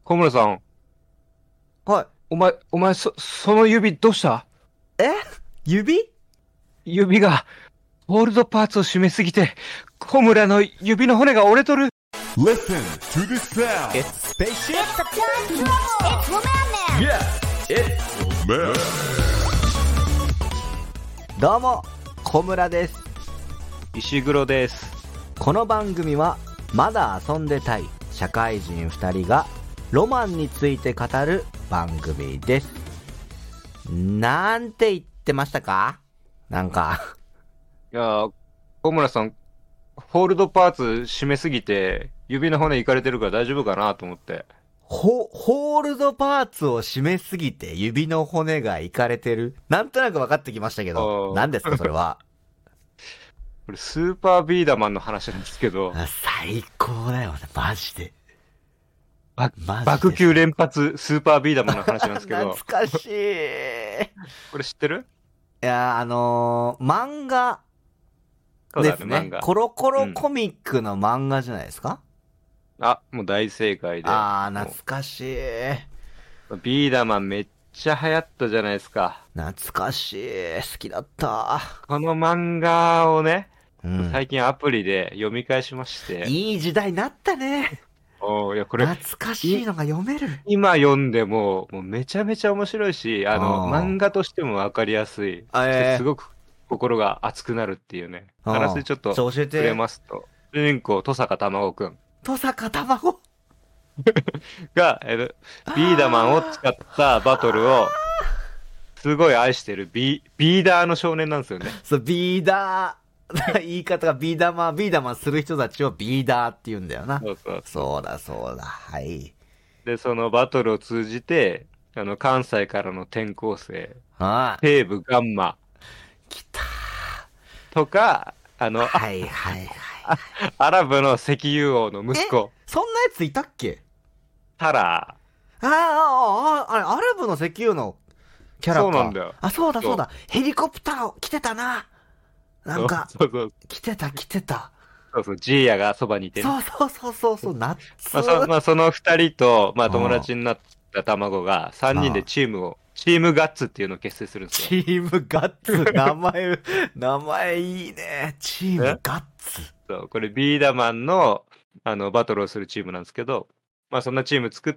小村さん、 はお前、その指どうした？ い。指？ 指が、ホールドパーツを締めすぎて、小村の指の骨が折れとる。 Listen to the sound. It's spaceship. It's time travel. It's Woman. Yeah, it's man. どうも、小村です。 石黒です。 この番組は、まだ遊んでたい社会人2人が、ロマンについて語る番組です。なんて言ってましたか？なんか。 いやー、小村さん、ホールドパーツ締めすぎて、指の骨いかれてるから大丈夫かなと思って。 ホールドパーツを締めすぎて指の骨がいかれてる？なんとなく分かってきましたけど、何ですかそれは。 これスーパービーダマンの話なんですけど、 最高だよね、マジで。マジで爆球連発スーパービーダマンの話なんですけど、 懐かしい。 これ知ってる？ いや、漫画そうだね、 ですね。 漫画。 コロコロコミックの漫画じゃないですか？ あ、もう大正解で。 懐かしい。 ビーダマンめっちゃ流行ったじゃないですか。 懐かしい。好きだった。 この漫画をね、 うん。 最近アプリで読み返しまして。 いい時代になったね。 いや、これ、 懐かしいのが読める。 今読んでも、もうめちゃめちゃ面白いし、漫画としてもわかりやすい。そしてすごく心が熱くなるっていうね。あらすじちょっと教えて触れますと、主人公、登坂玉緒くん登坂卵が、ビーダマンを使ったバトルを、すごい愛してるビーダーの少年なんですよね。 そう、ビーダー。言い方がビーダマンする人たちをビーダーって言うんだよな。 そうそう。 そうだ、そうだ。はい。 で、そのバトルを通じて、関西からの転校生、西部ガンマ来たとか、 はいはいはい。 アラブの石油王の息子、 そんなやついたっけ？ タラあれ、アラブの石油のキャラか。 そうなんだよ。 そうだそうだ。ヘリコプター来てたな。なんか、 そう来てた。 そう、ジーヤがそばにいてね。 そう、夏。 その二人と、友達になった卵が、三人でチームガッツっていうのを結成するんですよ。 チームガッツ。名前いいね。チームガッツ。 そう、これビーダマンの、バトルをするチームなんですけど、そんなチーム作って、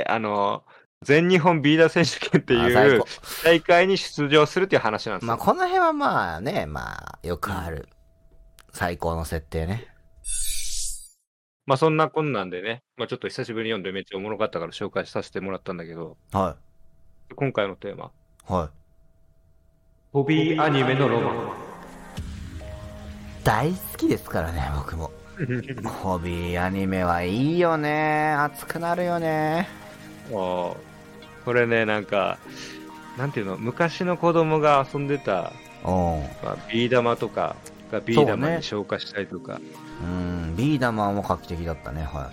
全日本ビーダー選手権っていう大会に出場するっていう話なんですよ。 この辺はよくある。最高の設定ね。 そんなこんなんでね、ちょっと久しぶりに読んでめっちゃおもろかったから紹介させてもらったんだけど、 は今回のテーマ。 はい。 ホビーアニメのロマン。 大好きですからね、僕も。ホビーアニメはいいよね。熱くなるよね。 これね、なんていうの、昔の子供が遊んでた、ビー玉とかがビー玉に消化したりとか。 ビー玉も画期的だったね、はい。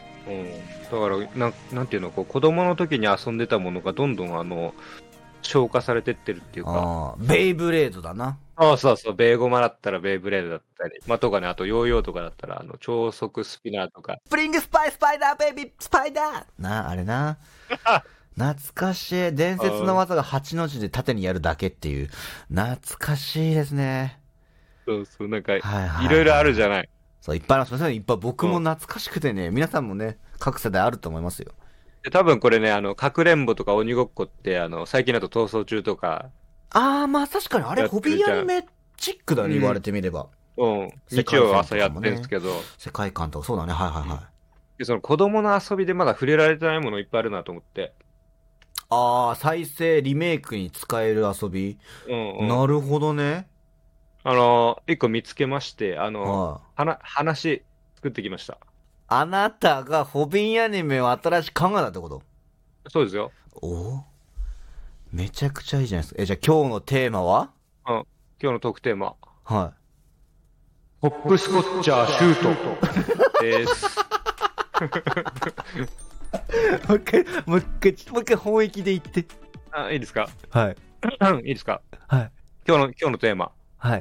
だから、なんていうの、子供の時に遊んでたものがどんどん消化されてってるっていうか。 ベイブレードだな。 そう、ベーゴマだったらベイブレードだったり、とかね、あとヨーヨーとかだったら、超速スピナーとか。 スプリングスパイダーベイビースパイダーあれな。懐かしい。伝説の技が8の字で縦にやるだけっていう。懐かしいですね。 そう、なんか、いろいろあるじゃない。 そう、いっぱいあります。いっぱい僕も懐かしくてね、皆さんもね、各世代あると思いますよ。 で多分これね、かくれんぼとか鬼ごっこって、最近だと逃走中とか。 確かに、あれ、ホビーアニメチックだね、言われてみれば。 日曜朝やってるんですけど。 世界観とか、そうだね、はい。 で、その子供の遊びでまだ触れられてないものいっぱいあるなと思って。 再生、リメイクに使える遊び。なるほどね。 一個見つけまして、話作ってきました。 あなたがホビーアニメを新しく考えたってこと？ そうですよ。 めちゃくちゃいいじゃないですか。じゃあ今日のテーマは？ 今日のトークテーマ。 はい。 ホップスコッチャーシュートです。 もう一回本意気で言って。 いいですか？ はい。 いいですか？ はい。 今日のテーマ。 はい。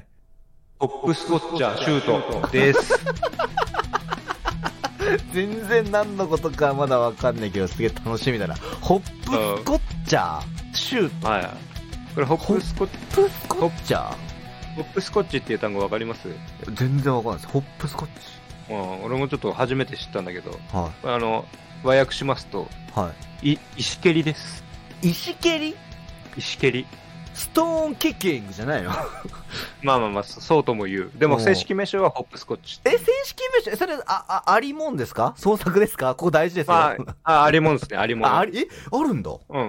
ホップスコッチャーシュートです。 全然何のことかまだわかんないけど、すげえ楽しみだな。ホップスコッチャーシュート。 はい。これホップスコッチ、 ホップスコッチャーホップスコッチっていう単語わかります？ 全然わかんないです。ホップスコッチ。 俺もちょっと初めて知ったんだけど、 は和訳しますと、 い。はい。 石蹴りです。 石蹴り？ 石蹴り。 ストーンキッキングじゃないの？ まあ、そうとも言う。でも正式名称はホップスコッチ。 正式名称、それ、ありもんですか？創作ですか？ここ大事ですよ。 ありもんですね、ありもん。 あるんだ。 うん。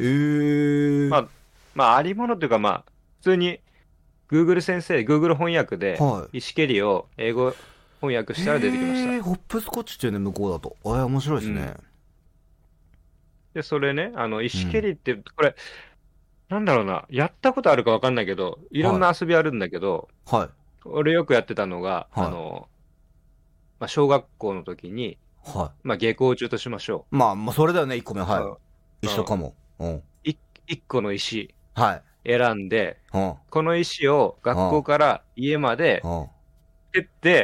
ありものというか、普通に、Google 先生、Google 翻訳で、石蹴りを英語翻訳したら出てきました。 ホップスコッチっていうね、向こうだと。面白いですね。 で、それね、石蹴りって、これ、なんだろうな、やったことあるかわかんないけど、いろんな遊びあるんだけど、俺よくやってたのが、小学校の時に、下校中としましょう。それだよね、1個目。一緒かも。 1個の石、選んで、この石を学校から家まで、蹴って、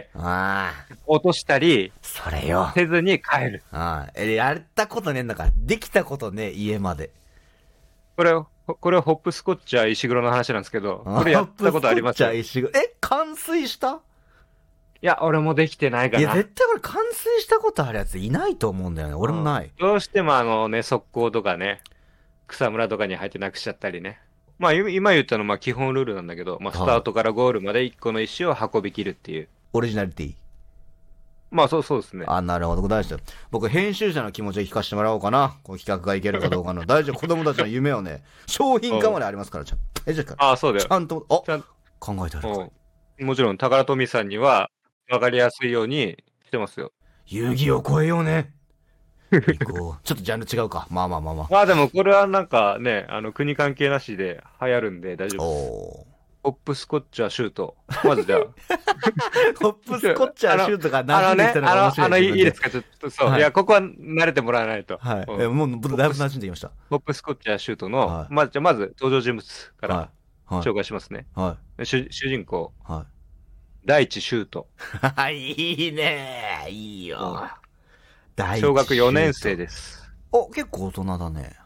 落としたり、 それよ。 せずに帰る。 やったことねえんだから、できたことね、家まで。 これはホップスコッチャー石黒の話なんですけど、これやったことあります？ 冠水した？いや、俺もできてないかな。 いや、絶対これ冠水したことあるやついないと思うんだよね。俺もない。 どうしても側溝とかね、草むらとかに入ってなくしちゃったりね。今言ったの基本ルールなんだけど、スタートからゴールまで1個の石を運び切るっていう。 オリジナリティ。 そうですね。 なるほど。大丈夫。僕、編集者の気持ちを聞かせてもらおうかな。この企画がいけるかどうかの。大丈夫。子供たちの夢をね、商品化までありますから、大丈夫か？ そうだよ。 ちゃんと、考えてある。 もちろん、宝富さんには、わかりやすいようにしてますよ。 遊戯を超えようね。ちょっとジャンル違うか。 でも、これはなんかね、国関係なしで流行るんで大丈夫です。ホップスコッチャーシュート。まずじゃあ。 ホップスコッチャーシュートが何できたのか面白い。 いいですか？ちょっとそう。いや、ここは慣れてもらわないと。 もう、だいぶ馴染んできました。 ホップスコッチャーシュートの、まず登場人物から紹介しますね。主人公。第一シュート。 いいね。いいよ。 小学4年生です。 結構大人だね。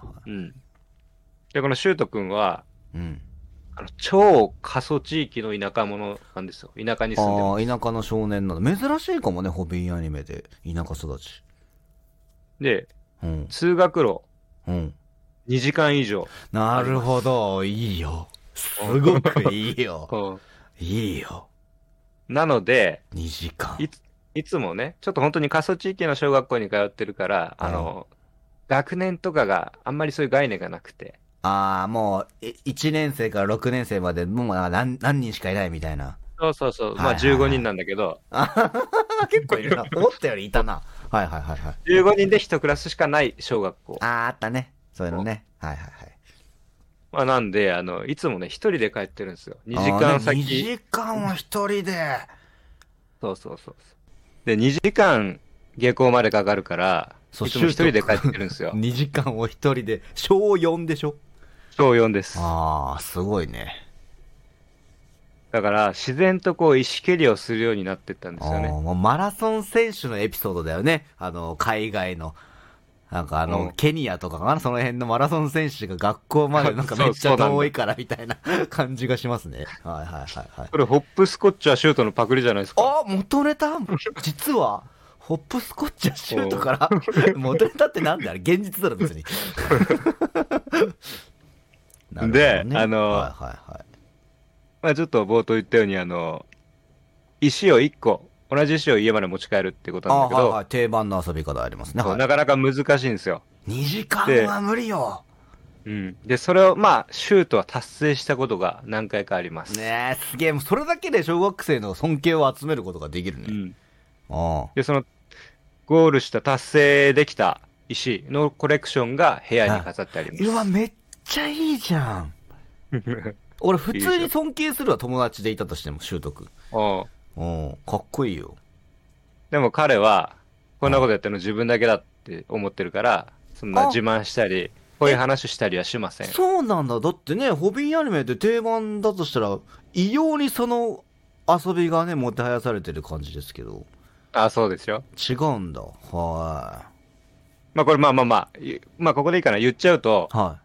で、このシュート君は、超過疎地域の田舎者なんですよ。田舎に住んでます。 田舎の少年なの。珍しいかもね、ホビーアニメで。田舎育ち。 で、通学路、2時間以上。 なるほど。いいよ。すごくいいよ。いいよ。 なので、 2時間。 いつもね、ちょっと本当に過疎地域の小学校に通ってるから、学年とかがあんまりそういう概念がなくて。 もう、1年生から6年生まで、もう何人しかいないみたいな。 そう。15人なんだけど。 結構いるな。思ったよりいたな。 15人で1クラスしかない小学校。 あったね。そういうのね。 なんで、いつもね、1人で帰ってるんですよ。2時間先。 2時間は1人で。 そう。で、2時間下校までかかるから、いつも1人で帰ってるんですよ。 2時間を1人で、小4でしょ？ 小4です。 すごいね。 だから、自然と石蹴りをするようになってったんですよね。 もうマラソン選手のエピソードだよね。海外の。なんかケニアとかかな、その辺のマラソン選手が学校までなんかめっちゃ遠いからみたいな感じがしますね。 これホップスコッチャーシュートのパクリじゃないですか。 元ネタ実は、ホップスコッチャーシュートから元ネタってなんだあれ現実だろ別に。 で、ちょっと冒頭言ったように石を1個、同じ石を家まで持ち帰るってことなんだけど、 定番の遊び方ありますね。 なかなか難しいんですよ。 2時間は無理よ。 で、それをシュートは達成したことが何回かあります。 ねえ、すげえ。それだけで小学生の尊敬を集めることができるね。 で、その、ゴールした達成できた石のコレクションが部屋に飾ってあります。 うわ、めっちゃいいじゃん。俺普通に尊敬するわ、友達でいたとしても、シュートくん。かっこいいよ。 でも彼は、こんなことやってるの自分だけだって思ってるから、そんな自慢したり、こういう話したりはしません。 そうなんだ。だってね、ホビーアニメって定番だとしたら、異様にその遊びがね、もてはやされてる感じですけど。 あ、そうですよ。 違うんだ。はまあこれまあここでいいかな。言っちゃうと、 い。はい。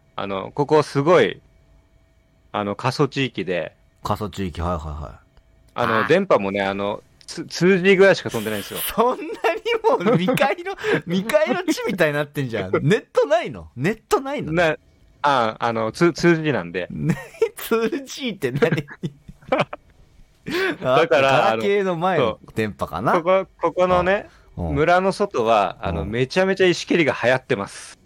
ここすごい、過疎地域で、 過疎地域、はいはいはい。 電波もね、2G ぐらいしか飛んでないんですよ。 そんなにもう未開の地みたいになってんじゃん。ネットないのね、 2G なんで。 2G って何だからガラケーの前の電波かな。 ここのね、 うん村の外は、 うんめちゃめちゃ石蹴りが流行ってます。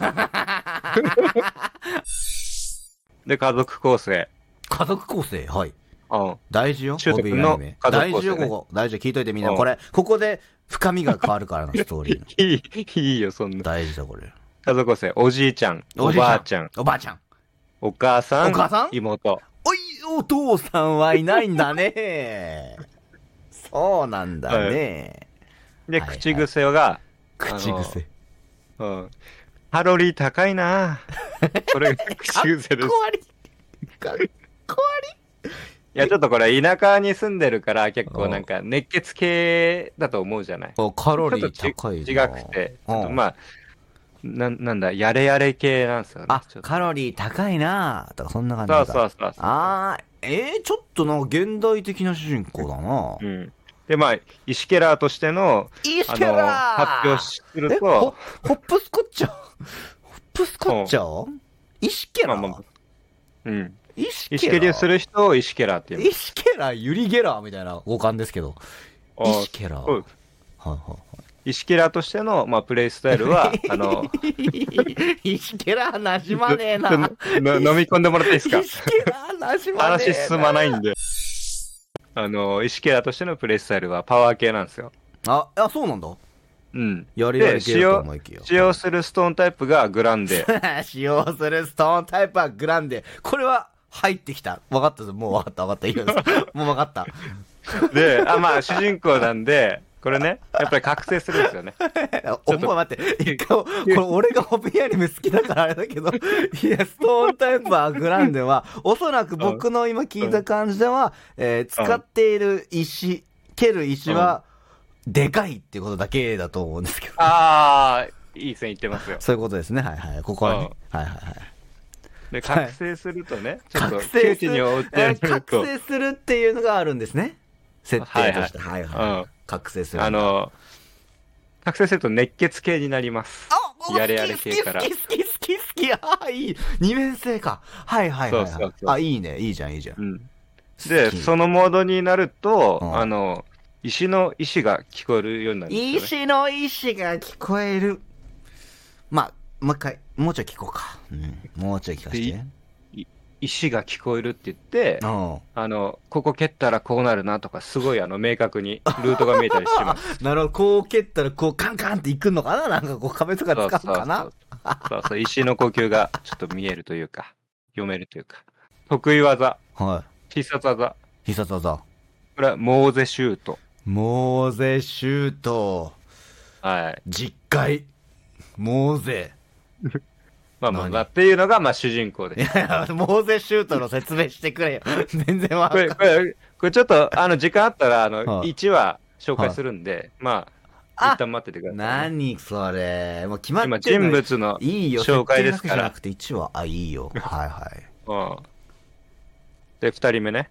で、家族構成。 家族構成、はい。 うん。 大事よ、 シュウト君のホビーアニメ家族構成ね大事よ、ここ。大事よ、聞いといてみんな。 うんここで深みが変わるからな、ストーリーの。 いいよ、そんな。 大事だ、これ。 家族構成。おじいちゃん、おじいばあちゃん、 おばあちゃん。 お母さん、 お母さん妹。 おい、お父さんはいないんだね。そうなんだね。 で、 はいはい口癖が、 口癖。 うん。カロリー高いなこれが口癖です。 かっこ悪い。かっこ悪い。 いや、ちょっとこれ田舎に住んでるから結構なんか熱血系だと思うじゃない。 カロリーちょっと高いな。 違くて、ちうんょっとまあ、なんだ、やれやれ系なんですよね。 あちょっ、とカロリー高いなとか、そんな感じそか。 うそうそうそう。 あー、ちょっとなんか現代的な主人公だな。 うん。で、まあ、石ケラーとしての、 イシケラー発表するホと、 ップスコッチャーホップスコッチャーイシケラーまあまあうん。 イシケラー石蹴りをする人を石ケラーって言うの。 イシケラー、ユリゲラーみたいな五感ですけど。 あイシケラー。 そうはいはい石ケラーとしての、まあ、プレイスタイルは、 イシケラー馴染まねえな。 飲み込んでもらっていいですかイシケラー馴染まねえな。 話進まないんで。石ケラーとしてのプレイスタイルはパワー系なんですよ。 あ、そうなんだ。 うん。 やれやれ系だと思いきや。 使用するストーンタイプがグランデ。 使用するストーンタイプはグランデ。これは入ってきた。分かったぞ。もう分かった。いいよ。もう分かった。 で、まあ、主人公なんで、これね、やっぱり覚醒するんですよね。 お前待って。一回、これ俺がホビーアニメ好きだからあれだけど、いや、ストーンタイプはグランデは、おそらく僕の今聞いた感じでは、使っている石、蹴る石は、でかいっていうことだけだと思うんですけど。 ああ、いい線いってますよ。 そういうことですね。はいはい。ここはね。はいはいはい。 で、覚醒するとね、ちょっと覚醒窮地に追ってやると、 覚醒するっていうのがあるんですね。設定として。はいはい。 うん覚醒する。 覚醒すると熱血系になります。やれやれ系から。 好き。ああ、いい。二面性か。はいはいはい。 そうそうそうあ、いいね。いいじゃん。 うん。で、そのモードになると、 うん石の石が聞こえるようになるんですよね。 石の石が聞こえる。まあ、もう一回、もうちょい聞こうか。もうちょい聞かせて。 石が聞こえるって言って、ここ蹴ったらこうなるなとか、すごい明確にルートが見えたりします。 なるほど、こう蹴ったらこうカンカンっていくのかな、なんかこう壁とか使うのかな。 そう、石の呼吸がちょっと見えるというか、読めるというか。得意技。 はい。 必殺技。 必殺技。 これはモーゼシュート。 モーゼシュート。 はい。 実会。モーゼ。 まあ、っていうのが、まあ、主人公です。 いや、モーゼシュートの説明してくれよ。全然わかんない。 これちょっと、時間あったら、1話紹介するんで、まあ、一旦待っててください。 何それ。もう決まって今、人物の紹介ですから。 じゃなくて1話。あ、いいよ。はいはい。 で、2人目ね。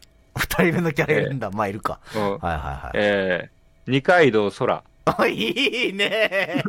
2人目のキャラいるんだ。まあ、いるか。はいはいはい。 二階堂空。 いいね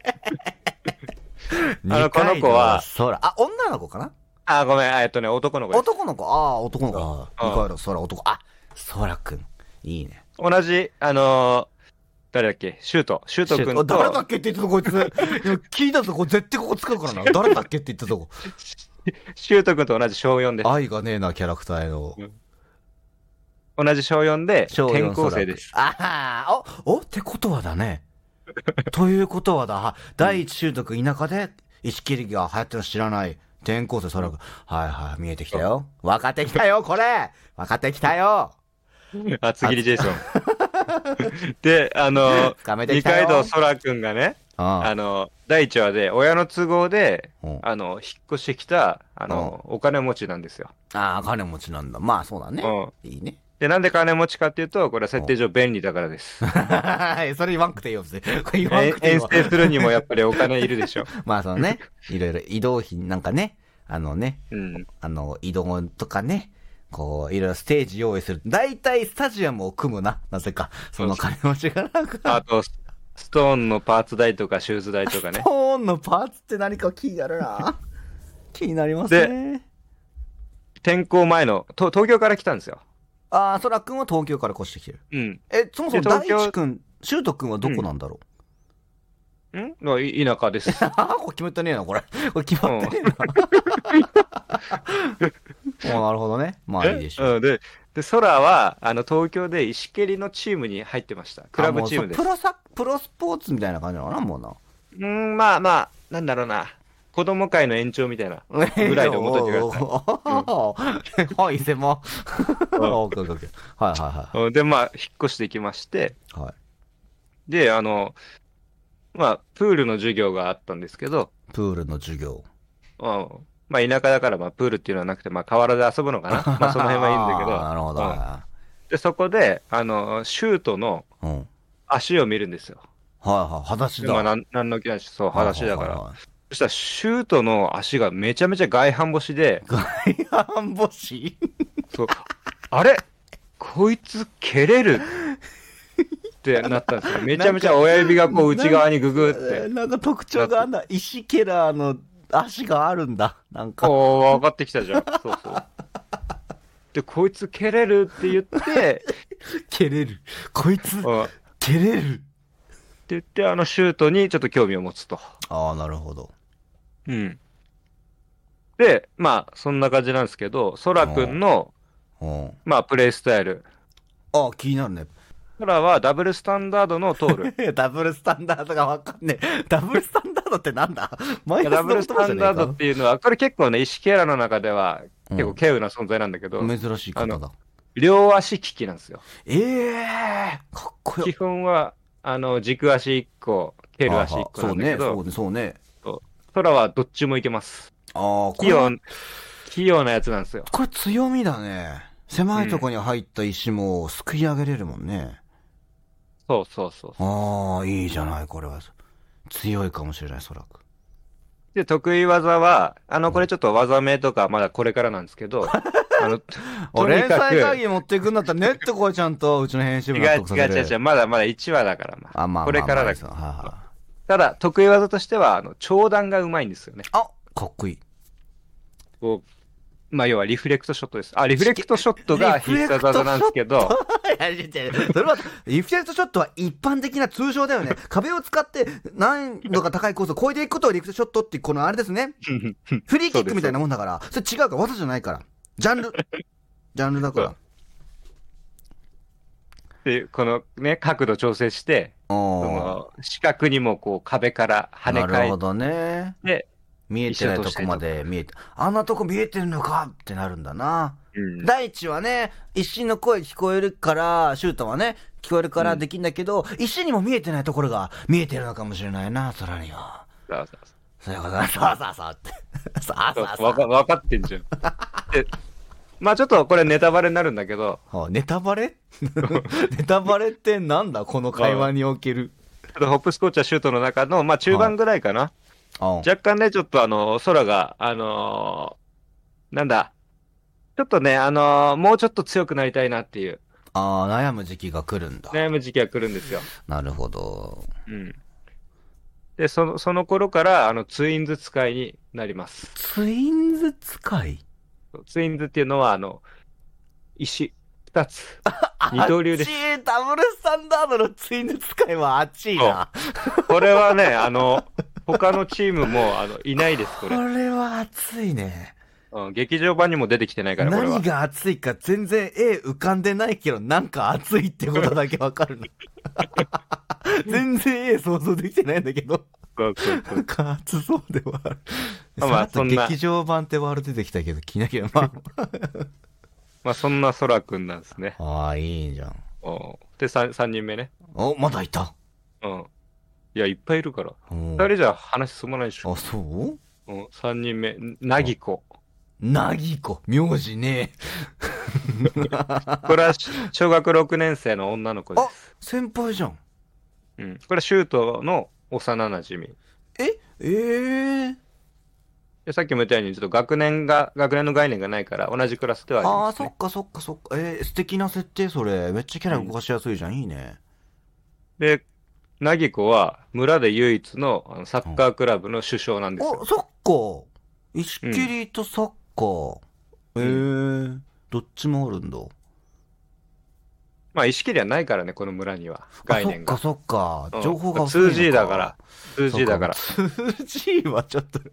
この子は、 女の子かなごめん、男の子です。 男の子、男の子。二階堂空、男。空くん。いいね。 同じ、誰だっけシュートくんと。 誰だっけって言ったとこ、こいつ。聞いたぞ、絶対ここ使うからな。誰だっけって言ったとこ。 シュートくんと同じ小4です。 愛がねえな、キャラクターへの。 同じ小4で、転校生です。 ってことはだね。ということはだ。第一習得田舎で石切りが流行ってるの知らない。転校生空くん。はいはい、見えてきたよ。分かってきたよ、これ。分かってきたよ。 厚切りジェイソン。で、二階堂空くんがね、第1話で親の都合で、引っ越してきた、お金持ちなんですよ。 金持ちなんだ。まあそうだね。いいね。 で、なんで金持ちかっていうと、これは設定上便利だからです。 それ言わんくていいよ、別に。これ言わんくていい遠征するにもやっぱりお金いるでしょ。 まあそのね、いろいろ移動費なんかね、 うん、 移動とかね、こう、いろいろステージ用意する。だいたいスタジアムを組むな。なぜか。その金持ちがなんか。 あと、ストーンのパーツ代とかシューズ代とかね。 ストーンのパーツって何か気になるな。気になりますね。で、 転校前の、東京から来たんですよ。 ああ、そらくんは東京から越してきてる。 うん。 そもそも大地くん、シュートくんはどこなんだろう？田舎です。 これ決めてねえな、これ。これ決まってねえな。なるほどね。まあいいでしょう。 で、空は、東京で石蹴りのチームに入ってました。クラブチームです。 プロスポーツみたいな感じなのかな、もうな。 まあ、なんだろうな。子供会の延長みたいなぐらいで思っといてください。 はい、専門。はい。 で、まあ、引っ越してきまして、 はい。 で、まあ、プールの授業があったんですけど、 プールの授業。 まあ、田舎だから、まあ、プールっていうのはなくて、まあ、河原で遊ぶのかな。まあ、その辺はいいんだけど。 なるほど。 で、そこで、シュートの足を見るんですよ。 はい。裸足だ。 まあ、なんの気ないし、そう、裸足だから。そしたら、シュートの足がめちゃめちゃ外反母趾で。 外反母趾そう。あれこいつ蹴れるってなったんですよ。めちゃめちゃ親指がこう内側にググって。 なんか特徴があんだ。石ケラーの足があるんだ。なんか。 分かってきたじゃん。そう。で、こいつ蹴れるって言って、 蹴れる。こいつ、蹴れる。 って言って、シュートにちょっと興味を持つと。 ああ、なるほど。 うん。で、まあ、そんな感じなんですけど、ソラくんの、まあ、プレイスタイル。 ああ、気になるね。 ソラはダブルスタンダードのトール。ダブルスタンダードがわかんねえ。ダブルスタンダードってなんだ？ ダブルスタンダードっていうのは、これ結構ね、石キャラの中では結構稀有な存在なんだけど。 珍しい方だ。 両足利きなんですよ。 かっこよ。 基本は、軸足1個、蹴る足1個なんだけど。 そうね。 空はどっちもいけます。器用なやつなんですよ。 これ強みだね。狭いとこに入った石もすくい上げれるもんね。 そう。 ああ、いいじゃない、これは。強いかもしれない、空く。 で、得意技は、これちょっと技名とかまだこれからなんですけど、 連載会議持っていくんだったらねってこいちゃんと、うちの編集部の違う。まだ1話だから、まあ。これからだから。ただ、得意技としては、長弾がうまいんですよね。 かっこいい。 まあ、要はリフレクトショットです。リフレクトショットが必殺技なんですけど。 それは、リフレクトショットは一般的な通常だよね。壁を使って難度が高いコースを越えていくことをリフレクトショットって、このあれですね。フリーキックみたいなもんだから。それ違うから、技じゃないから。ジャンルだから。 で、このね、角度調整して、四角にもこう壁から跳ね返って。 なるほどね。 で、 見えてないとこまであんなとこ見えてるのかってなるんだな。大地はね、石の声聞こえるから、シュートはね、聞こえるからできんだけど、石にも見えてないところが見えてるのかもしれないな、空には。そういうことだ。そうって。 分かってんじゃん。まあちょっとこれネタバレになるんだけど。 ネタバレネタバレってなんだこの会話における。 ホップスコーチはシュートの中の、まあ中盤ぐらいかな。若干ね、ちょっと空が、なんだ。ちょっとね、もうちょっと強くなりたいなっていう。 悩む時期が来るんだ。 悩む時期が来るんですよ。 なるほど。 で、その頃から、ツインズ使いになります。 ツインズ使い？ ツインズっていうのは、石、二つ。二刀流です。 ダブルスタンダードのツインズ使いは熱いな。 これはね、他のチームも、いないです、これ。 これは熱いね。 劇場版にも出てきてないから、これは。 何が熱いか全然絵浮かんでないけど、なんか熱いってことだけわかるの。全然絵想像できてないんだけど。なんか熱そうではある。まあ、そんな。劇場版ってワールド出てきたけど、気になるけど、まあ、そんな空くんなんですね。 いいじゃん。 で、3人目ね。 まだいた。 いや、いっぱいいるから。2人じゃ話進まないでしょ。 そう？ 3人目、なぎこ。 なぎこ。名字ねこれは小学6年生の女の子であ、 す。 先輩じゃん。 うん。これはシュートの幼馴染。で、さっきも言ったように、ちょっと学年の概念がないから、同じクラスではありああ、 ますね。 そっかそっかそっか。素敵な設定それ。めっちゃキャラ動かしやすいじゃん。いいね。 で、なぎこは村で唯一のサッカークラブの主将なんですよ。 あ、そっか。石切りとサッカー。どっちもあるんだ。 まあ、意識ではないからね、この村には。概念が。 そっかそっか。 うん情報が遅いのか。 2G だから。2G だから。 2G はちょっと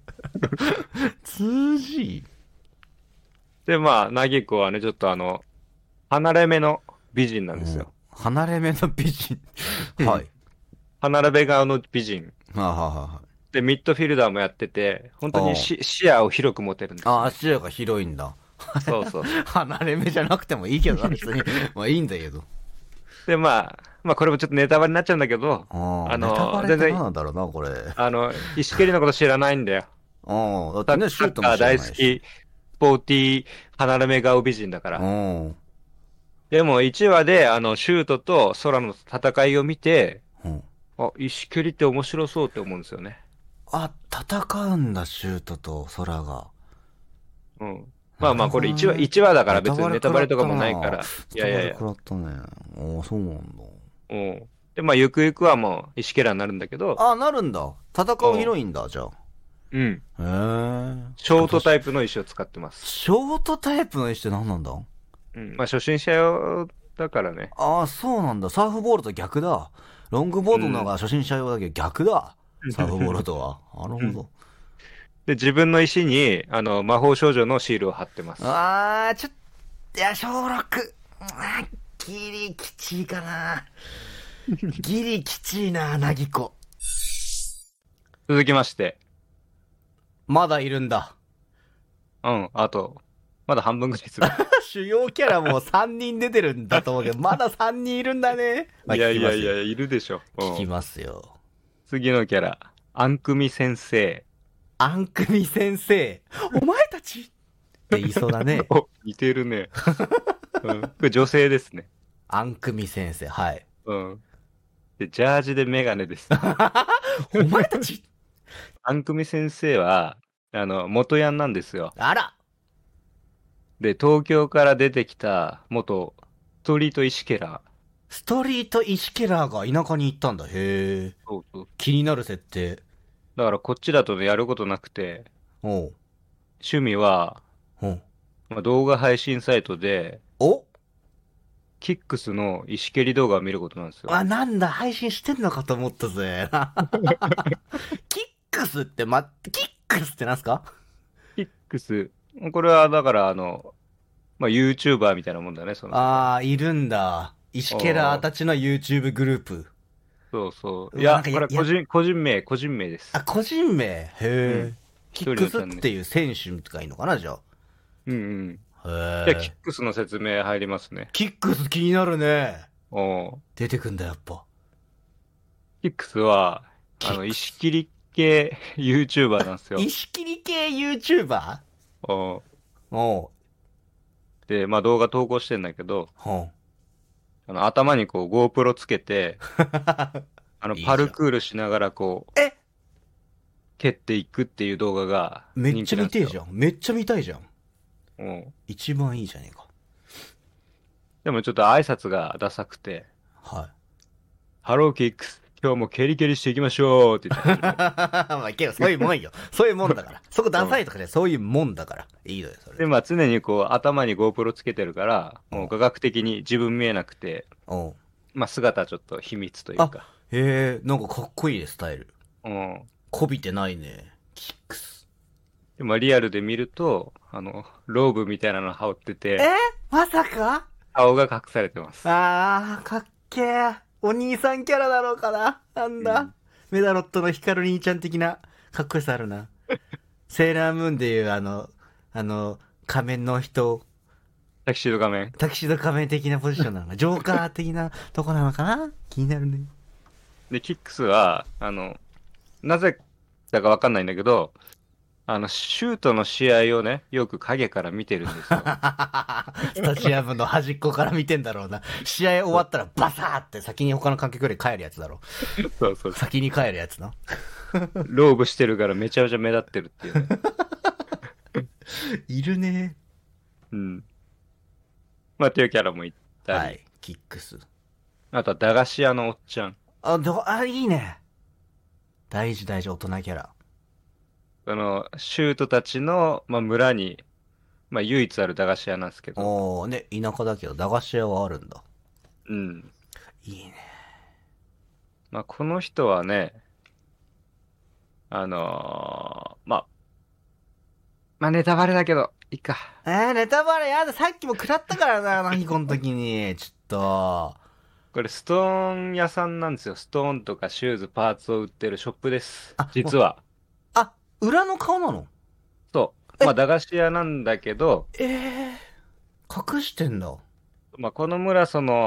2G? で、まあ、なぎこはね、ちょっと離れ目の美人なんですよ。 離れ目の美人。はい。 離れ目側の美人。 はで、ミッドフィルダーもやってて、本当に視野を広く持てるんですよ、 ああ、視野が広いんだ。 そうそう。 離れ目じゃなくてもいいけど、別に。まあいいんだけど。 で、まあ、これもちょっとネタバレになっちゃうんだけど、 ネタバレって何なんだろうな、これ。 石切りのこと知らないんだよ。 だってね、シュートも知らないし。 大好き、スポーティー、離れ目顔美人だから。でも1話で、シュートと空の戦いを見て、石切りって面白そうって思うんですよね。 あ、戦うんだ、シュートと空が。 うん。まあまあ、これ1話だから別にネタバレとかもないから。いやいやいや。 そうなんだ。 うん。で、まあ、ゆくゆくはもう、石キャラになるんだけど。 あ、なるんだ。戦う広いんだ、じゃあ。 うん。ショートタイプの石を使ってます。 ショートタイプの石って何なんだ？ うん。まあ、初心者用だからね。 ああ、そうなんだ。サーフボールと逆だ。ロングボードの方が初心者用だけど逆だ。サーフボールとは。なるほど。 で、自分の石に、魔法少女のシールを貼ってます。 いや、小6。ギリきちいかな。ギリきちいな、なぎこ。 続きまして。 まだいるんだ。 うん、あと、まだ半分ぐらいする。 主要キャラも3人出てるんだと思うけど、まだ3人いるんだね。 いや、いるでしょ。 聞きますよ。 次のキャラ、アンクミ先生。 アンクミ先生、お前たちって言いそうだね。 似てるね。これ女性ですね。 アンクミ先生、はい。 で、ジャージでメガネです。 お前たちアンクミ先生は、元ヤンなんですよ。 あら。 で、東京から出てきた元ストリート石ケラー。 ストリート石ケラーが田舎に行ったんだ。へえ。 そう。 気になる設定。 だからこっちだとね、やることなくて、趣味は、まあ、動画配信サイトで、キックスの石蹴り動画を見ることなんですよ。 なんだ、配信してんのかと思ったぜ。キックスってなんすか？ キックス。これは、だから、まあ、YouTuber みたいなもんだね、 いるんだ。石ケラーたちの YouTube グループ。 そう。いや、これ個人名です。 個人名？へえ。キックスっていう選手とかいいのかな、じゃあ。 へえ。じゃあ、キックスの説明入りますね。 キックス気になるね。出てくんだ、やっぱ。 キックスは、石切り系 YouTuber なんですよ。 石切り系 YouTuber？ で、まあ動画投稿してんだけど、頭にこう GoPro つけて、パルクールしながらこう、蹴っていくっていう動画がめっちゃ見てえじゃん。めっちゃ見たいじゃん。一番いいじゃねえか。 でもちょっと挨拶がダサくて、ハローキックス、今日もケリケリしていきましょうって言って。 まあ、けどそういうもんよ。そういうもんだから。そこダサいとかね、そういうもんだから。いいのよ、それ。 で、まあ常にこう頭に GoPro つけてるから、もう画角的に自分見えなくて、まあ姿はちょっと秘密というか。 へえ、なんかかっこいいね、スタイル。こびてないね。キックス。 でもリアルで見ると、ローブみたいなの羽織ってて、 まさか顔が隠されてます。 かっけー。お兄さんキャラだろうかな。なんだ、メダロットのヒカル兄ちゃん的なかっこよさあるな。セーラームーンでいう仮面の人。 タキシード仮面。 タキシード仮面的なポジションなのか。ジョーカー的なとこなのかな。気になるね。 で、キックスは、なぜだかわかんないんだけど、 シュートの試合をね、よく影から見てるんですよ。 スタジアムの端っこから見てんだろうな。試合終わったらバサーって先に他の観客より帰るやつだろ。 そうそう。 先に帰るやつな。 ローブしてるからめちゃめちゃ目立ってるっていうね。 いるね。 うん。まあ、っていうキャラもいったり。 はい、キックス。 あとは駄菓子屋のおっちゃん。 いいね。大事、大人キャラ。 シュートたちの、まあ、村に、まあ、唯一ある駄菓子屋なんですけど。 ね、田舎だけど、駄菓子屋はあるんだ。 うん。 いいね。 まあ、この人はね、まあ、ネタバレだけど、いいか。 ネタバレやだ、さっきも食らったからな、何この時に。ちょっと。 これ、ストーン屋さんなんですよ。ストーンとかシューズ、パーツを売ってるショップです。実は。 裏の顔なの？ そう。まあ、駄菓子屋なんだけど。 隠してんだ。 まあ、この村、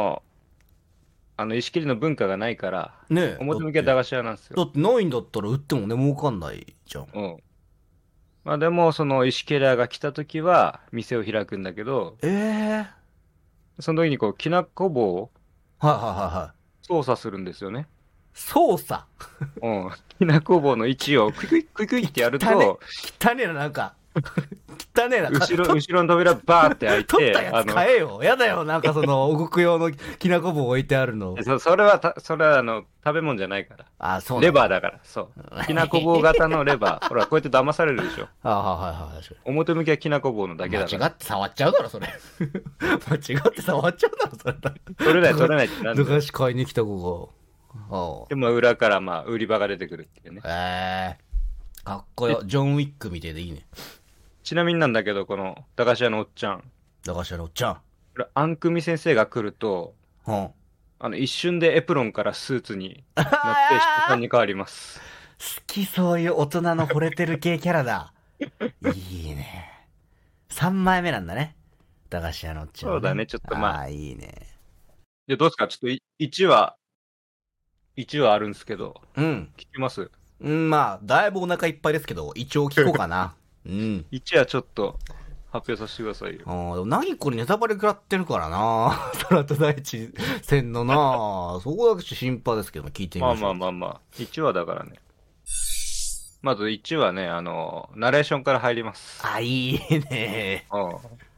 石切りの文化がないから、 ねえ。 表向きは駄菓子屋なんですよ。 だってないんだったら売ってもね、儲かんないじゃん。 うん。まあでも、石切り屋が来た時は、店を開くんだけど、その時にきなこ棒を、操作するんですよね。 操作うん。きなこ棒の位置をクイクイクイクイってやると、 汚ねえな、なんか。汚ねえな。 後ろの扉バーって開いて、 取ったやつ買えよ。やだよ、なんか動く用のきなこ棒置いてあるの。 それは食べ物じゃないから。そうレバーだから、そう。きなこ棒型のレバー。ほら、こうやって騙されるでしょ。表向きはきなこ棒のだけだから。 間違って触っちゃうだろ、それ。間違って触っちゃうだろ、それ。 取れないってなんだ。 駄菓子買いに来た子が。 でも裏から売り場が出てくるっていうね。 かっこよ。ジョン・ウィックみたいでいいね。 ちなみになんだけど、この駄菓子屋のおっちゃん。 駄菓子屋のおっちゃん。 これ、アンクミ先生が来ると、一瞬でエプロンからスーツになって質感に変わります。 好き、そういう大人の惚れてる系キャラだ。いいね。3枚目なんだね。駄菓子屋のおっちゃん、 そうだね、ちょっといいね。 じゃどうですか？ちょっと1話あるんですけど。聞きます？ まあ、だいぶお腹いっぱいですけど、一応聞こうかな。 1話ちょっと発表させてくださいよ。 何これネタバレ食らってるからな。空と大地戦のな。そこだけ心配ですけども、聞いてみましょう。 まあ。1話だからね。まず1話ね、ナレーションから入ります。 いいね。 こ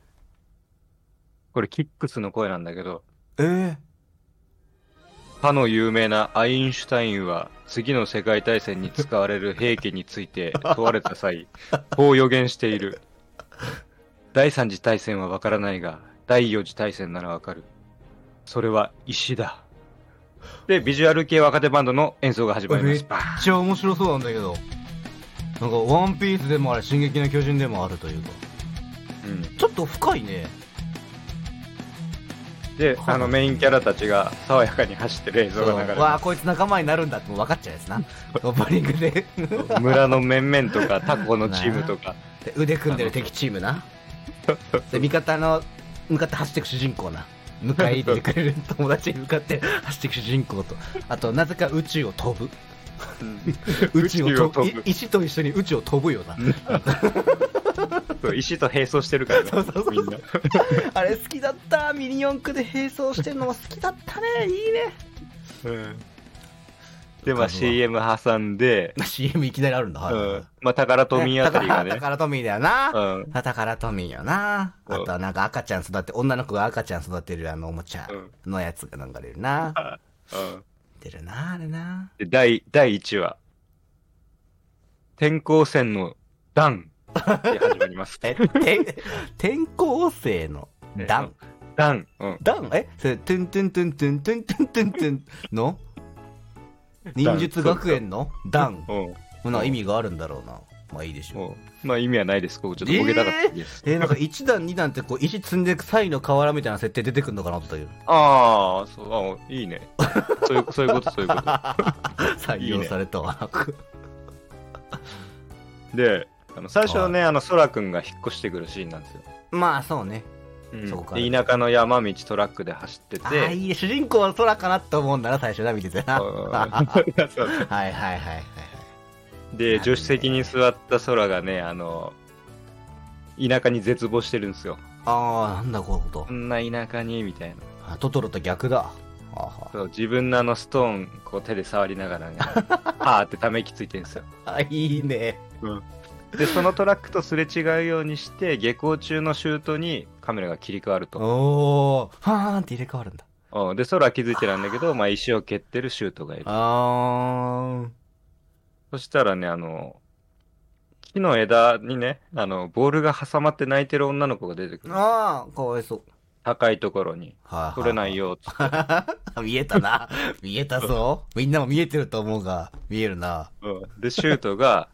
れキックスの声なんだけど。かの有名なアインシュタインは次の世界大戦に使われる兵器について問われた際、こう予言している。第三次大戦はわからないが、第四次大戦ならわかる。それは石だ。で、ビジュアル系若手バンドの演奏が始まります。 めっちゃ面白そうなんだけど。なんか、ワンピースでもあれ、進撃の巨人でもあるというか。ちょっと深いね。 で、メインキャラたちが爽やかに走ってる映像が流れる。 こいつ仲間になるんだってもう分かっちゃうやつな。オープニングで。 村の面々とか、タコのチームとか。 で腕組んでる敵チームな。で、向かって走っていく主人公な。迎え入れてくれる友達に向かって走っていく主人公と。あと、なぜか宇宙を飛ぶ。宇宙を飛ぶ。石と一緒に宇宙を飛ぶよな。 石と並走してるからね。みんな。 あれ好きだった。ミニ四駆で並走してるのも好きだったね。いいね。 で、CM 挟んで。 CM いきなりあるんだ。 タカラトミーあたりがね。 タカラトミーだよな。タカラトミーよな。あとはなんか赤ちゃん育て、女の子が赤ちゃん育てるおもちゃのやつがなんか出るな。出るな、あれな。 第1話。転校生のダン。って始まります。 転校生のダン。 ダン。 それ、トゥントゥントゥントゥントゥントゥントゥントゥンの忍術学園のダン。意味があるんだろうな。まあいいでしょう。意味はないです。ここちょっとボケたかったです。 なんか1段2段って石積んでいく際の河原みたいな設定出てくるのかなという。 そう、いいね。そういうこと。 採用されたわ。 で、最初はね、空くんが引っ越してくるシーンなんですよ。 まあそうね。 田舎の山道トラックで走ってて。 いいね。主人公は空かなって思うんだな、最初な、見ててな。はい。 で、助手席に座った空がね、田舎に絶望してるんですよ。 ああ、なんだこのこと。 こんな田舎に、みたいな。 トトロと逆だ。 そう自分のストーンこう手で触りながらね、はーってため息ついてるんですよ。 いいね。 で、そのトラックとすれ違うようにして、下校中のシュートにカメラが切り替わると。 おー、はーんって入れ替わるんだ。 で、空は気づいてなんだけど、まあ、石を蹴ってるシュートがいる。そしたらね、木の枝にね、ボールが挟まって泣いてる女の子が出てくる。 かわいそう。 高いところに。取れないよ、つって。 見えたな。見えたぞ。みんなも見えてると思うが、見えるな。 で、シュートが、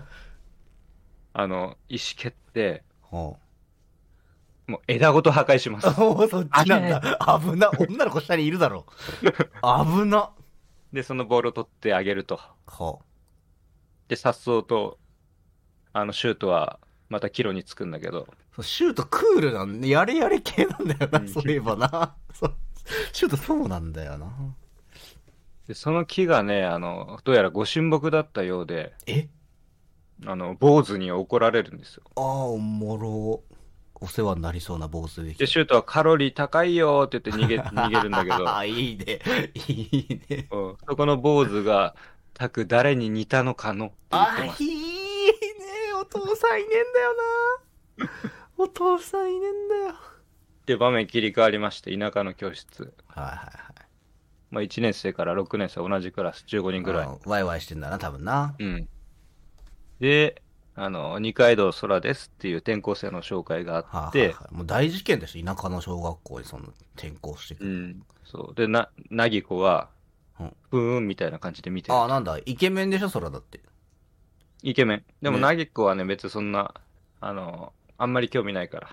石蹴って、もう枝ごと破壊します。 そっちなんだ。危な。女の子下にいるだろ。危な。 で、そのボールを取ってあげると。で、颯爽と、シュートは、また帰路につくんだけど。 シュートクールなんで、やれやれ系なんだよな、そういえばな。シュートそうなんだよな。 で、その木がね、どうやらご神木だったようで、坊主に怒られるんですよ。 おもろ。お世話になりそうな坊主で。 で、シュートはカロリー高いよって言って逃げるんだけど。 いいね。いいね。 そこの坊主が、たく誰に似たのかのって言ってます。 いいね。お父さんいねえんだよな。お父さんいねえんだよ。 で、場面切り替わりまして、田舎の教室。まあ、1年生から6年生同じクラス、15人ぐらい。 ワイワイしてんだな、多分な。 で、二階堂空ですっていう転校生の紹介があって、 もう大事件でしょ、田舎の小学校にその転校してくる。 そう。で、なぎこは、ふーんみたいな感じで見てる。 なんだ、イケメンでしょ、空だって。 イケメン。でも、なぎこはね、別にそんな、あんまり興味ないから。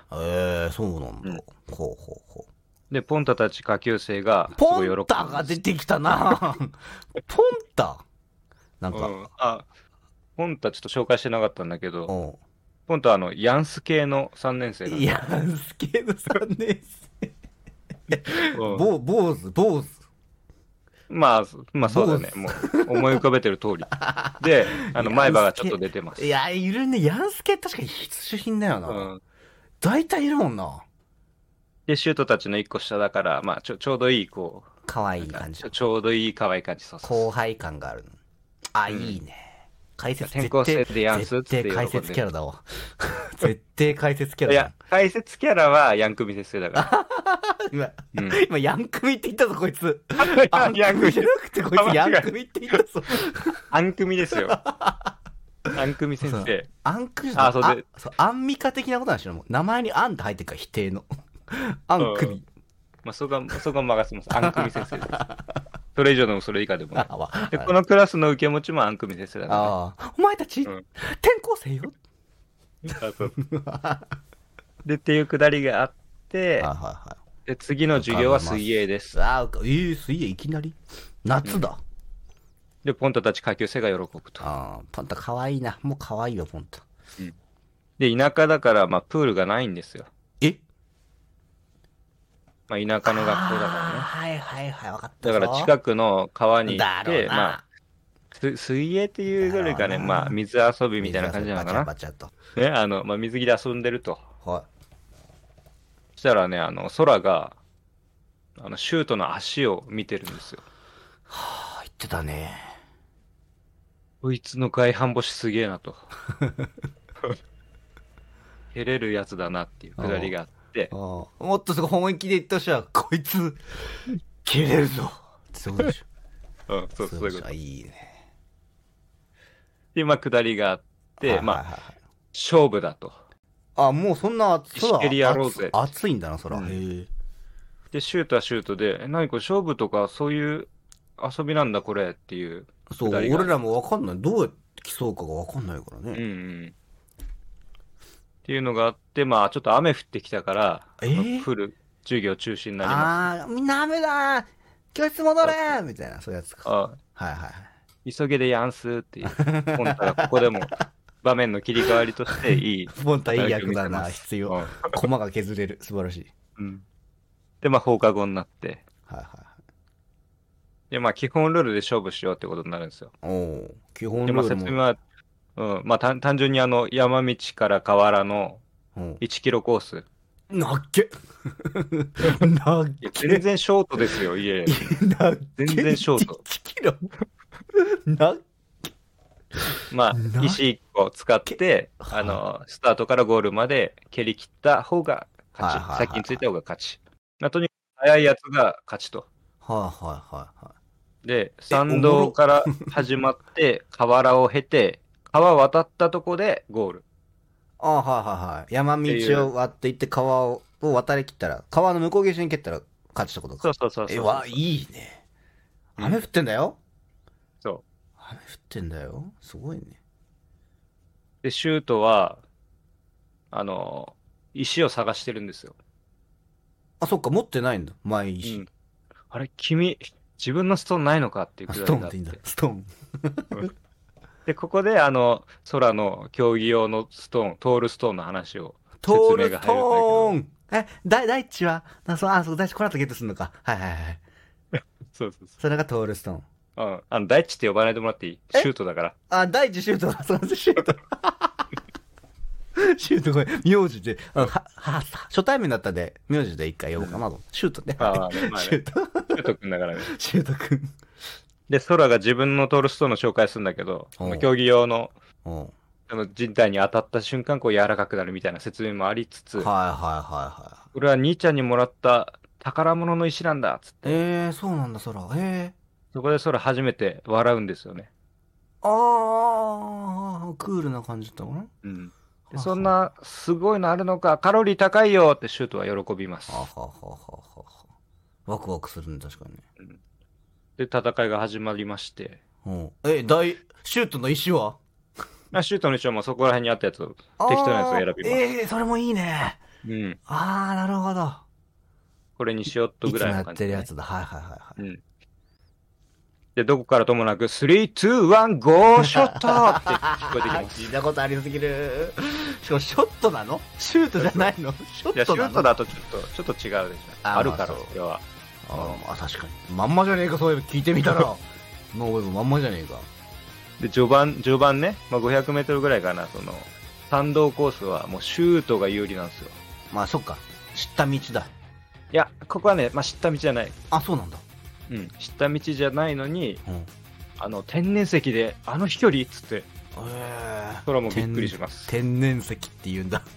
そうなんだ。 で、ポンタたち下級生が、 ポンタが出てきたな。ポンタなんか、 ポンタちょっと紹介してなかったんだけど、ポンタはヤンス系の3年生なんだ。 ヤンス系の3年生。坊主。 まあそうだね。もう思い浮かべてる通り。で、前歯がちょっと出てます。 いや、いるね。ヤンスケ確かに必需品だよな。大体いるもんな。 で、シュートたちの1個下だから、まあちょうどいい、こう。 可愛い感じ。 ちょうどいい可愛い感じ。 後輩感がある。いいね。解説転校生でヤンスって解説キャラだわ。絶対解説キャラだ。 いや、解説キャラはヤンクミ先生だから。 今、ヤンクミって言ったぞ、こいつ。 ヤンクミじゃなくて、こいつヤンクミって言ったぞ。 アンクミですよ。アンクミ先生。 アンクミアンミカ的なことなんでしょ。名前にアンって入ってるから、否定の。アンクミ。 まあ、そこは任せます。アンクミ先生です。それ以上でもそれ以下でもない。で、このクラスの受け持ちもアンクミ先生だから。 お前たち、転校生よ。 で、っていうくだりがあって、で、次の授業は水泳です。 水泳いきなり夏だ。 で、ポンタたち下級生が喜ぶと。 ポンタかわいいな。もうかわいいよ、ポンタ。 で、田舎だから、まあ、プールがないんですよ。まあ、田舎の学校だからね。わかった。 だから近くの川に行って、まあ、水泳っていうよりかね、まあ、水遊びみたいな感じなのかな。ね、まあ、水着で遊んでると。そしたらね、空が、シュートの足を見てるんですよ。 言ってたね。 こいつの外反母趾すげえなと。蹴れるやつだなっていうくだりがあって。 もっとすごい本気で言った人は、こいつ、蹴れるぞ。そうでしょ。 そういうこと。 いいね。 で、まあ、下りがあって、まあ、勝負だと。 もうそんな、 石蹴りやろうぜ。 熱いんだな、空。 で、シュートはシュートで、何これ勝負とかそういう遊びなんだこれっていう。 そう、俺らもわかんない。どうやって競うかがわかんないからね。 っていうのがあって、まあ、ちょっと雨降ってきたから、降る授業中止になります。 みんな雨だ教室戻れみたいな、そういうやつか。 急げでやんすっていう。ポンタがここでも場面の切り替わりとしていい。 ポンタいい役だな、必要。駒が削れる、素晴らしい。 で、まあ、放課後になって。で、まあ、基本ルールで勝負しようってことになるんですよ。 基本ルールで、まあ、説明はまあ単純に山道から河原のうん 1キロコース。 なっけなっいやけ全然ショートですよ、いえ。 なっけ全然ショート。 1キロなっまあ、 な石1個使って、スタートからゴールまで蹴り切った方が勝ち。 はいはいはい先についた方が勝ち。まあ、とにかく速いやつが勝ちと。 はいはいはいはいで、参道から始まって、河原を経て、川渡ったとこでゴール。 ああ、はいはいはい。山道を割っていって川を渡り切ったら、川の向こう岸に蹴ったら勝ちってことか。 そうそうそうそう。 いいね。 うん雨降ってんだよ。 そう。 雨降ってんだよ。すごいね。 で、シュートは、石を探してるんですよ。 あ、そっか、持ってないんだ。前石。 うん。あれ、君、自分のストーンないのかっていうあスくらいがあってトーンっていいんだ。ストーン。 で、ここで、空の競技用のストーン、トールストーンの話を、 トールスト説明が入るーんだン大地はそう、大地この後ゲットするのか。はいはいはい。 けど。そうそうそそれがトールストーン。 う。大地って呼ばないでもらっていい？シュートだから。 あ、大地シュートだ。そうシュート。シュートこれ、名字で、初対面だったんで、名字で一回呼ぼうかなと。シュートね。 ああねまあねシュート。 シュートくんだからね。 シュートくん。 で、空が自分のトールストーンの紹介するんだけど、 うん競技用の、 うん人体に当たった瞬間、こう柔らかくなるみたいな説明もありつつ、 はいはいはいはこれは兄ちゃんにもらった宝物の石なんだっつっい。 て、 そうなんだ、空。 そこで空初めて笑うんですよね。 あー、クールな感じだったかな。 うん。でそんなすごいのあるのか、カロリー高いよってシュートは喜びます。 ワクワクするね、確かにね。 で、戦いが始まりまして、 シュートの石はシュートの石はもうそこら辺にあったやつを、適当なやつを選びます。 それもいいね。 うん。 なるほど。 これにしよっとぐらいの感じ、 いつもやってるやつだ。はいはいはいはい。 うん。で、どこからともなく、3、2、1、ゴーショットって聞こえてきます。 聞いたことありすぎる。しかもショットなの？シュートじゃないの？ショいや、シュットなの？ ートだとちょっと違うでしょ。あるから、 まあそうそれは。 確かに。まんまじゃねえか、そういえば聞いてみたら。ノーウェブまんまじゃねえか。 で、序盤ね、まあ、500メートルぐらいかな、参道コースはもうシュートが有利なんですよ。 まあそっか。知った道だ。 いや、ここはね、まあ、知った道じゃない。 あ、そうなんだ。 うん、知った道じゃないのに、 うん。 天然石で、飛距離っつって、それはもうびっくりします。 天然石って言うんだ。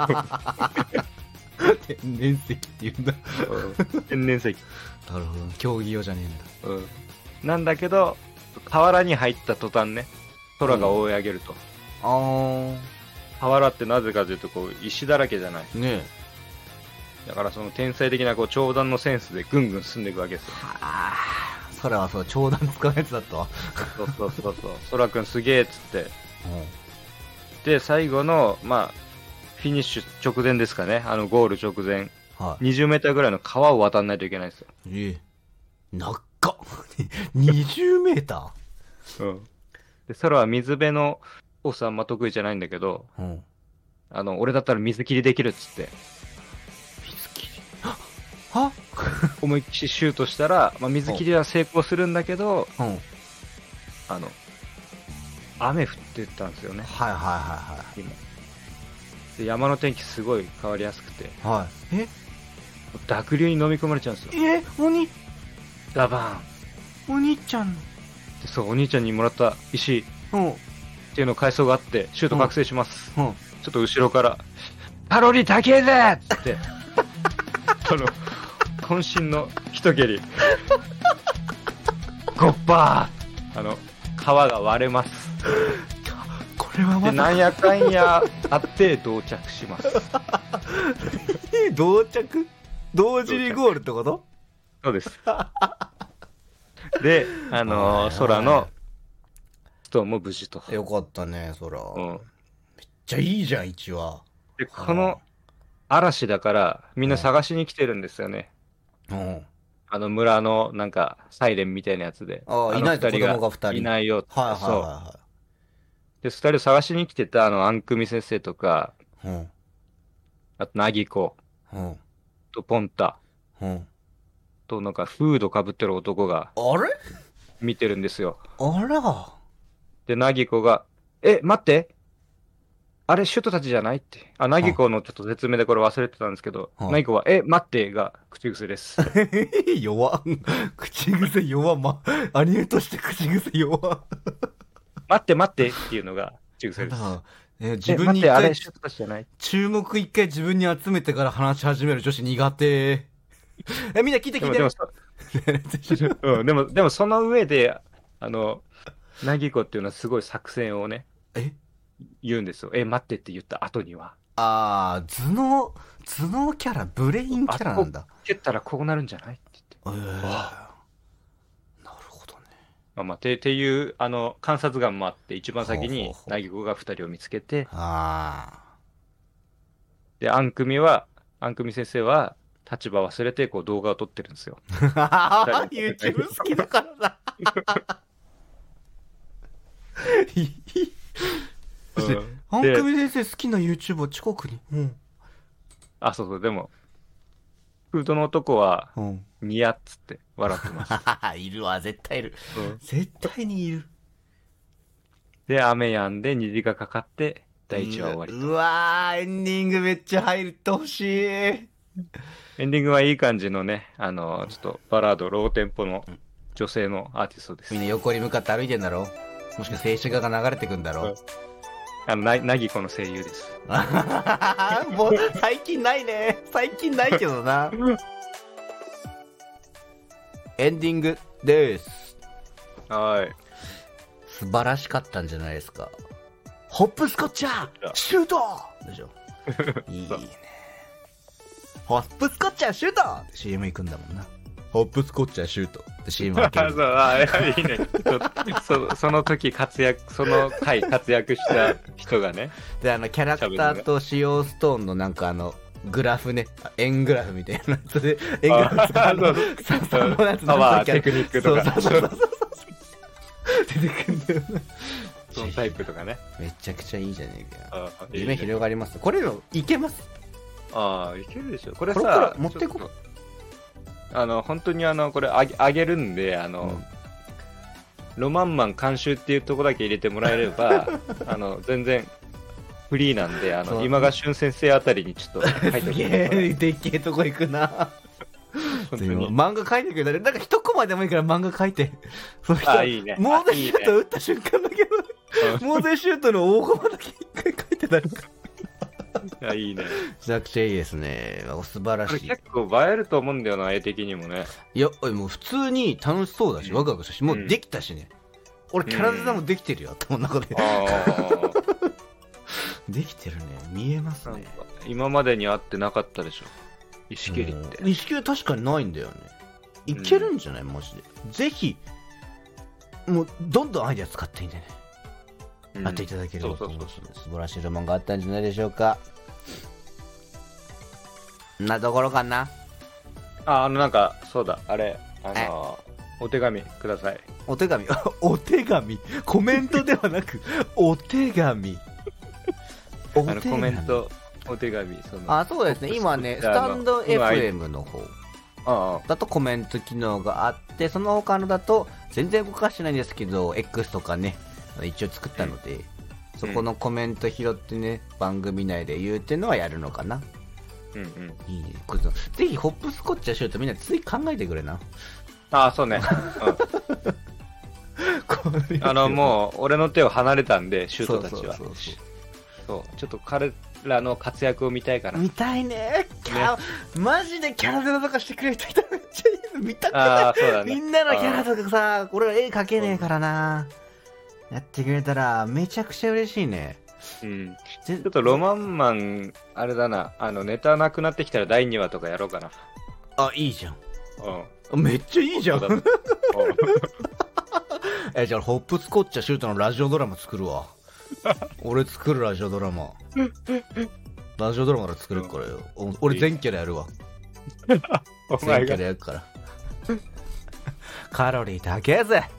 天然石って言うんだ。 天然石。 なるほど。競技用じゃねえんだ。 うん。なんだけど、河原に入った途端ね、空が追い上げると。河原ってなぜかというと、こう、石だらけじゃない。 ねだからその天才的なこう長弾のセンスでぐんぐん進んでいくわけですよ。 それはそう、長弾使うやつだったわ。 そう。空くんすげえっつって。で、最後の、まあ、フィニッシュ直前ですかね。ゴール直前。 はい。 20メーターぐらいの川を渡んないといけないんですよ。 長っ20メータうん。で、空は水辺のコースあんま得意じゃないんだけど、 ー。 俺だったら水切りできるっつって、 水切り。は思いっきりシュートしたら、まあ、水切りは成功するんだけど、雨降ってたんですよね。 はいはいは今。で、山の天気すごい変わりやすくて、 いはい。はい。 濁流に飲み込まれちゃうんですよ。ダバーン。 お兄ちゃんの。 で、そう、お兄ちゃんにもらった石っていうのを階層があって、シュート覚醒します。ちょっと後ろから、カロリー高えぜっつって、渾身の一蹴り。ゴッバー川が割れます。 これはで、なんやかんやあって到着します。 同着同時にゴールってこと？ そうです。で、空のストーンも無事と。 よかったね、そら。 うん。 めっちゃいいじゃん、1話。 で、この嵐だからみんな探しに来てるんですよね。村のなんかサイレンみたいなやつで。 いないと子供が2人。 いないよ。 はい。 で、2人探しに来てたアンクミ先生とか、あとナギコ、とポンタ、となんかフードかぶってる男があれ見てるんですよ。 あら。 で、ナギコが、 待って。あれ、シュートたちじゃないって。ナギコのちょっと説明でこれ忘れてたんですけど、ナギコは、待ってが口癖です。 弱っ。口癖弱アニメとして口癖弱待ってっていうのが口癖です。 自分に一回、 あれ、シュートたちじゃない。 注目一回自分に集めてから話し始める女子苦手。みんな聞いて。 でもその上で、ナギコっていうのはすごい作戦をね、言うんですよ。待ってって言った後には。 頭脳キャラ、ブレインキャラなんだ。 蹴ったらこうなるんじゃないって言って。 なるほどね。 っていう、観察眼もあって、一番先にナギコが2人を見つけて、で、アンクミ先生は、立場忘れてこう動画を撮ってるんですよ。 YouTube 好きだからだ。アンクミ先生好きな YouTuber 近くに。 そう。でも、フードの男は、ニヤっつって笑ってます。 いるわ、絶対いる。絶対にいる。 で、雨止んで虹がかかって、第1話終わり。 うわー、エンディングめっちゃ入ってほしい。 エンディングはいい感じのね、ちょっとバラード、ローテンポの女性のアーティストです。 みんな横に向かって歩いてんだろ。もしくは静止画が流れてくんだろ。 ナギコの声優です。 もう最近ないね。最近ないけどな。エンディングです。 はい。 素晴らしかったんじゃないですか。ホップスコッチャーシュートでしょ。いいね。ホップスコッチャーシュートって CM 行くんだもんな。ホップスコッチャーシュートって CM 開ける。 いいね。その時その回活躍した人がね。 で、キャラクターと使用ストーンのなんかグラフね、円グラフみたいなやつで、円グラフ使うのやつパワー、テクニックとか。 出てくんだよな。 そのタイプとかね。 めちゃくちゃいいじゃねえかよ。夢広がります。これいけます。 いけるでしょ。これさ、 持ってこう。 本当にこれあげるんで、ロマンマン監修っていうとこだけ入れてもらえれば、全然フリーなんで、今が俊先生あたりにちょっと書いておきます。すげえ、でっけえとこ行くな。漫画描いてくれたら、なんか一コマでもいいから漫画描いて。 いいね。 モーゼシュート打った瞬間だけど、モーゼシュートの大コマだけ一回描いてたりか。 いいね。 めちゃくちゃいいですね。素晴らしい。 結構映えると思うんだよな、絵的にもね。 いや、もう普通に楽しそうだし、ワクワクしたし、もうできたしね。俺、キャラデザもできてるよ、頭の中で。できてるね。見えますね。 今までに会ってなかったでしょ。石切りって。 石切り確かにないんだよね。いけるんじゃないマジで。ぜひ、もう、どんどんアイデア使っていいんでね。やっていただければと思います。素晴らしいロマンがあったんじゃないでしょうか。なところかな。 なんか、そうだ、あれ、お手紙ください。 お手紙お手紙コメントではなく、お手紙。 コメント、お手紙。 そうですね。今ね、スタンド FM の方だとコメント機能があって、その他のだと全然動かしてないんですけど、X とかね、一応作ったので、そこのコメント拾ってね、番組内で言うっていうのはやるのかな。いいね。ぜひホップスコッチャーシュートみんなつい考えてくれな。 そうね。もう俺の手を離れたんで、シュートたちは。そう、ちょっと彼らの活躍を見たいから。 見たいね。マジでキャラデザとかしてくれる人いたらめっちゃいいの。見たくない。そうだね。みんなのキャラとかさ、俺は絵描けねえからな。やってくれたらめちゃくちゃ嬉しいね。 ちょっとロマンマン、あれだな、ネタなくなってきたら第2話とかやろうかな。 いいじゃん。めっちゃいいじゃん。じゃあホップスコッチャーシュートのラジオドラマ作るわ。俺作るラジオドラマ。ラジオドラマから作るからよ。俺全キャラやるわ。全キャラやるから。カロリー高えぜ。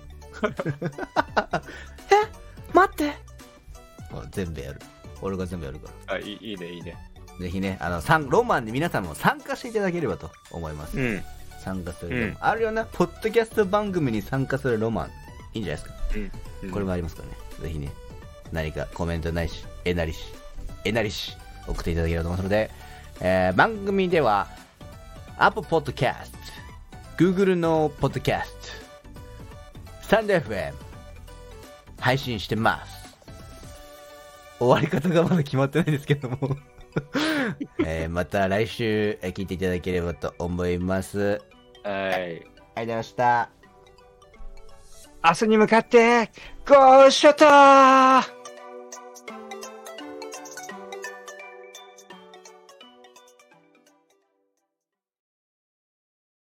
待って。全部やる。俺が全部やるから。 いいね、いいね。 ぜひね、ロマンに皆さんも参加していただければと思います。参加するロマン。あるよな、ポッドキャスト番組に参加するロマン。いいんじゃないですか。これもありますからね。ぜひね。 何かコメントないし、えなりし送っていただければと思いますので、番組では Apple Podcast、Google の Podcast、スタンド FM 配信してます。終わり方がまだ決まってないですけどもまた来週聞いていただければと思います。 はい。 ありがとうございました。 明日に向かって、ゴーショットー